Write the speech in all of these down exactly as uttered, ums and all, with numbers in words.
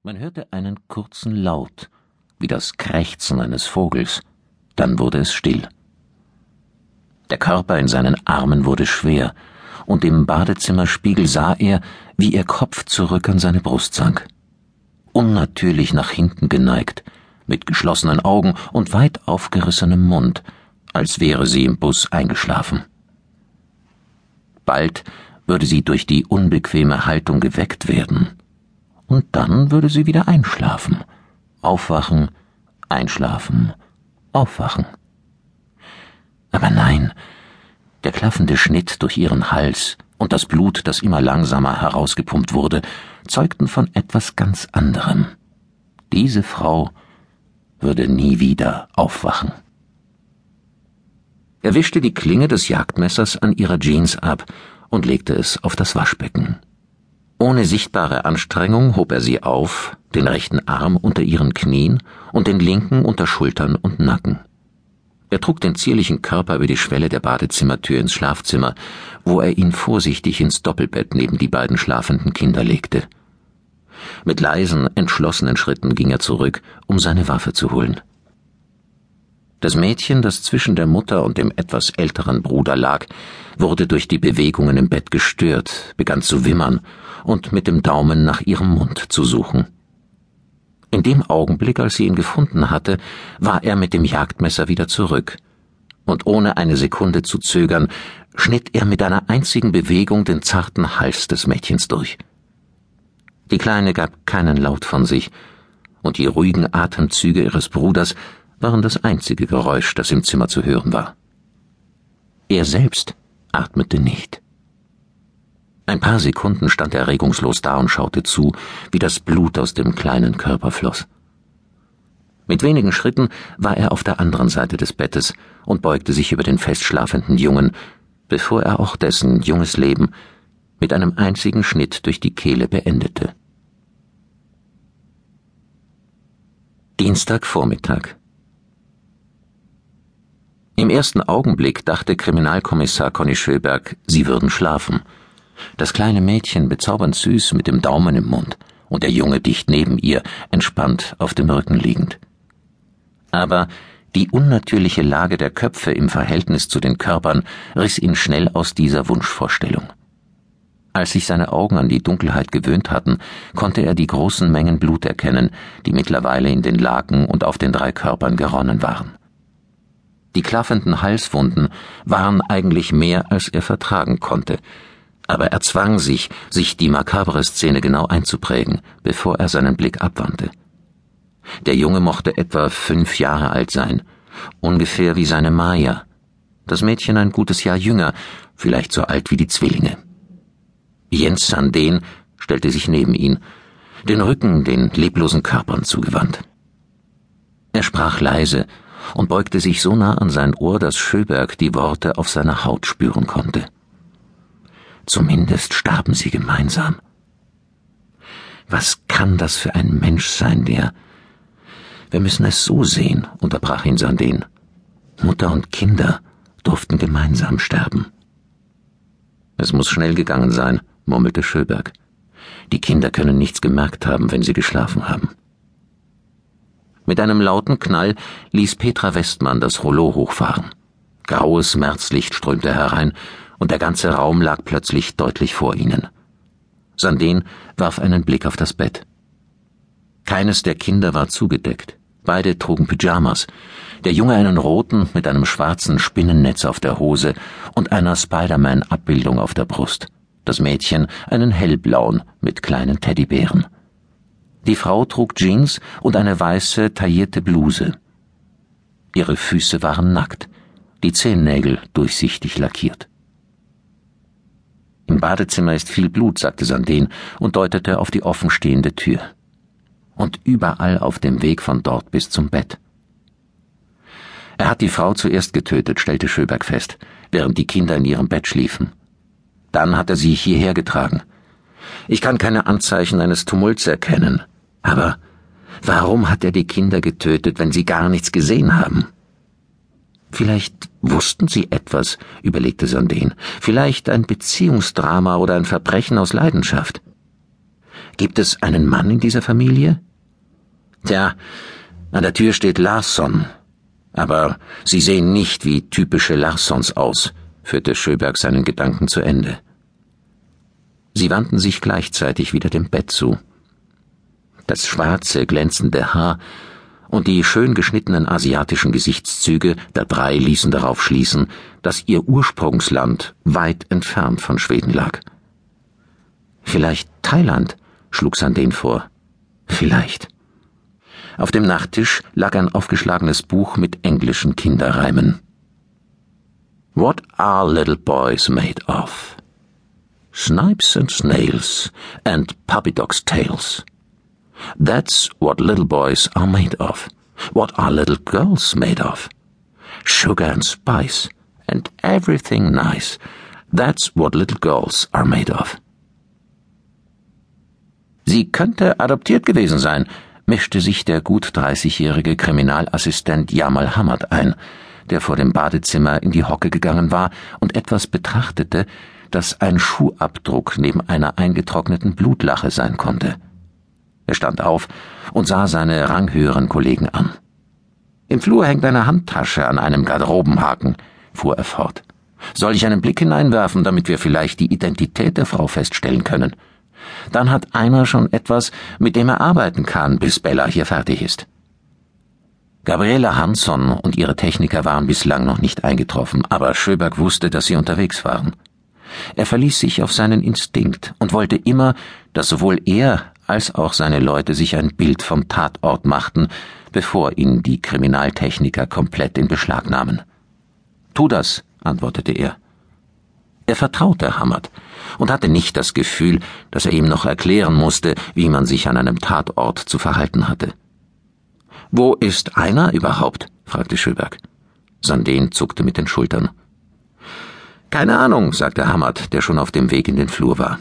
Man hörte einen kurzen Laut, wie das Krächzen eines Vogels, dann wurde es still. Der Körper in seinen Armen wurde schwer, und im Badezimmerspiegel sah er, wie ihr Kopf zurück an seine Brust sank. Unnatürlich nach hinten geneigt, mit geschlossenen Augen und weit aufgerissenem Mund, als wäre sie im Bus eingeschlafen. Bald würde sie durch die unbequeme Haltung geweckt werden, und dann würde sie wieder einschlafen, aufwachen, einschlafen, aufwachen. Aber nein, der klaffende Schnitt durch ihren Hals und das Blut, das immer langsamer herausgepumpt wurde, zeugten von etwas ganz anderem. Diese Frau würde nie wieder aufwachen. Er wischte die Klinge des Jagdmessers an ihrer Jeans ab und legte es auf das Waschbecken. Ohne sichtbare Anstrengung hob er sie auf, den rechten Arm unter ihren Knien und den linken unter Schultern und Nacken. Er trug den zierlichen Körper über die Schwelle der Badezimmertür ins Schlafzimmer, wo er ihn vorsichtig ins Doppelbett neben die beiden schlafenden Kinder legte. Mit leisen, entschlossenen Schritten ging er zurück, um seine Waffe zu holen. Das Mädchen, das zwischen der Mutter und dem etwas älteren Bruder lag, wurde durch die Bewegungen im Bett gestört, begann zu wimmern und mit dem Daumen nach ihrem Mund zu suchen. In dem Augenblick, als sie ihn gefunden hatte, war er mit dem Jagdmesser wieder zurück, und ohne eine Sekunde zu zögern, schnitt er mit einer einzigen Bewegung den zarten Hals des Mädchens durch. Die Kleine gab keinen Laut von sich, und die ruhigen Atemzüge ihres Bruders waren das einzige Geräusch, das im Zimmer zu hören war. Er selbst atmete nicht. Ein paar Sekunden stand er regungslos da und schaute zu, wie das Blut aus dem kleinen Körper floss. Mit wenigen Schritten war er auf der anderen Seite des Bettes und beugte sich über den festschlafenden Jungen, bevor er auch dessen junges Leben mit einem einzigen Schnitt durch die Kehle beendete. Dienstagvormittag. Im ersten Augenblick dachte Kriminalkommissar Conny Schöberg, sie würden schlafen. Das kleine Mädchen bezaubernd süß mit dem Daumen im Mund und der Junge dicht neben ihr, entspannt auf dem Rücken liegend. Aber die unnatürliche Lage der Köpfe im Verhältnis zu den Körpern riss ihn schnell aus dieser Wunschvorstellung. Als sich seine Augen an die Dunkelheit gewöhnt hatten, konnte er die großen Mengen Blut erkennen, die mittlerweile in den Laken und auf den drei Körpern geronnen waren. Die klaffenden Halswunden waren eigentlich mehr, als er vertragen konnte, aber er zwang sich, sich die makabre Szene genau einzuprägen, bevor er seinen Blick abwandte. Der Junge mochte etwa fünf Jahre alt sein, ungefähr wie seine Maya. Das Mädchen ein gutes Jahr jünger, vielleicht so alt wie die Zwillinge. Jens Sandén stellte sich neben ihn, den Rücken den leblosen Körpern zugewandt. Er sprach leise und beugte sich so nah an sein Ohr, dass Schöberg die Worte auf seiner Haut spüren konnte. Zumindest starben sie gemeinsam. Was kann das für ein Mensch sein, der... Wir müssen es so sehen, unterbrach ihn Sandén. Mutter und Kinder durften gemeinsam sterben. Es muss schnell gegangen sein, murmelte Schöberg. Die Kinder können nichts gemerkt haben, wenn sie geschlafen haben. Mit einem lauten Knall ließ Petra Westmann das Rollo hochfahren. Graues Märzlicht strömte herein, und der ganze Raum lag plötzlich deutlich vor ihnen. Sandén warf einen Blick auf das Bett. Keines der Kinder war zugedeckt. Beide trugen Pyjamas. Der Junge einen roten mit einem schwarzen Spinnennetz auf der Hose und einer Spider-Man-Abbildung auf der Brust. Das Mädchen einen hellblauen mit kleinen Teddybären. Die Frau trug Jeans und eine weiße, taillierte Bluse. Ihre Füße waren nackt, die Zehennägel durchsichtig lackiert. Im Badezimmer ist viel Blut, sagte Sandén und deutete auf die offenstehende Tür. Und überall auf dem Weg von dort bis zum Bett. Er hat die Frau zuerst getötet, stellte Schöberg fest, während die Kinder in ihrem Bett schliefen. Dann hat er sie hierher getragen. Ich kann keine Anzeichen eines Tumults erkennen. Aber warum hat er die Kinder getötet, wenn sie gar nichts gesehen haben? Vielleicht wussten sie etwas, überlegte Sandén. Vielleicht ein Beziehungsdrama oder ein Verbrechen aus Leidenschaft. Gibt es einen Mann in dieser Familie? Tja, an der Tür steht Larsson. Aber sie sehen nicht wie typische Larssons aus, führte Sjöberg seinen Gedanken zu Ende. Sie wandten sich gleichzeitig wieder dem Bett zu. Das schwarze, glänzende Haar und die schön geschnittenen asiatischen Gesichtszüge der drei ließen darauf schließen, dass ihr Ursprungsland weit entfernt von Schweden lag. Vielleicht Thailand, schlug Sandén vor. Vielleicht. Auf dem Nachttisch lag ein aufgeschlagenes Buch mit englischen Kinderreimen. What are little boys made of? Snipes and snails and puppy dogs' tails. That's what little boys are made of. What are little girls made of? Sugar and spice and everything nice. That's what little girls are made of. Sie könnte adoptiert gewesen sein, mischte sich der gut dreißigjährige Kriminalassistent Jamal Hamad ein, der vor dem Badezimmer in die Hocke gegangen war und etwas betrachtete, das ein Schuhabdruck neben einer eingetrockneten Blutlache sein konnte. Er stand auf und sah seine ranghöheren Kollegen an. »Im Flur hängt eine Handtasche an einem Garderobenhaken«, fuhr er fort. »Soll ich einen Blick hineinwerfen, damit wir vielleicht die Identität der Frau feststellen können? Dann hat einer schon etwas, mit dem er arbeiten kann, bis Bella hier fertig ist.« Gabriela Hansson und ihre Techniker waren bislang noch nicht eingetroffen, aber Sjöberg wusste, dass sie unterwegs waren. Er verließ sich auf seinen Instinkt und wollte immer, dass sowohl er als auch seine Leute sich ein Bild vom Tatort machten, bevor ihn die Kriminaltechniker komplett in Beschlag nahmen. »Tu das«, antwortete er. Er vertraute Hamad und hatte nicht das Gefühl, dass er ihm noch erklären musste, wie man sich an einem Tatort zu verhalten hatte. »Wo ist einer überhaupt?« fragte Sjöberg. Sandén zuckte mit den Schultern. »Keine Ahnung«, sagte Hamad, der schon auf dem Weg in den Flur war.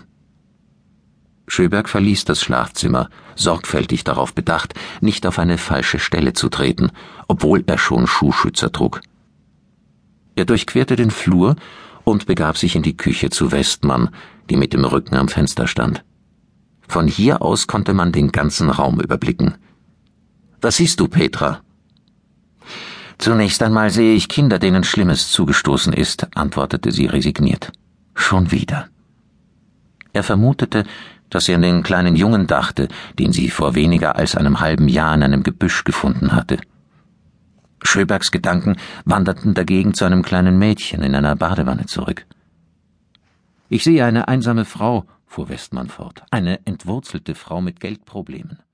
Sjöberg verließ das Schlafzimmer, sorgfältig darauf bedacht, nicht auf eine falsche Stelle zu treten, obwohl er schon Schuhschützer trug. Er durchquerte den Flur und begab sich in die Küche zu Westmann, die mit dem Rücken am Fenster stand. Von hier aus konnte man den ganzen Raum überblicken. »Was siehst du, Petra?« »Zunächst einmal sehe ich Kinder, denen Schlimmes zugestoßen ist«, antwortete sie resigniert. »Schon wieder.« Er vermutete, dass sie an den kleinen Jungen dachte, den sie vor weniger als einem halben Jahr in einem Gebüsch gefunden hatte. Sjöbergs Gedanken wanderten dagegen zu einem kleinen Mädchen in einer Badewanne zurück. »Ich sehe eine einsame Frau«, fuhr Westmann fort, »eine entwurzelte Frau mit Geldproblemen.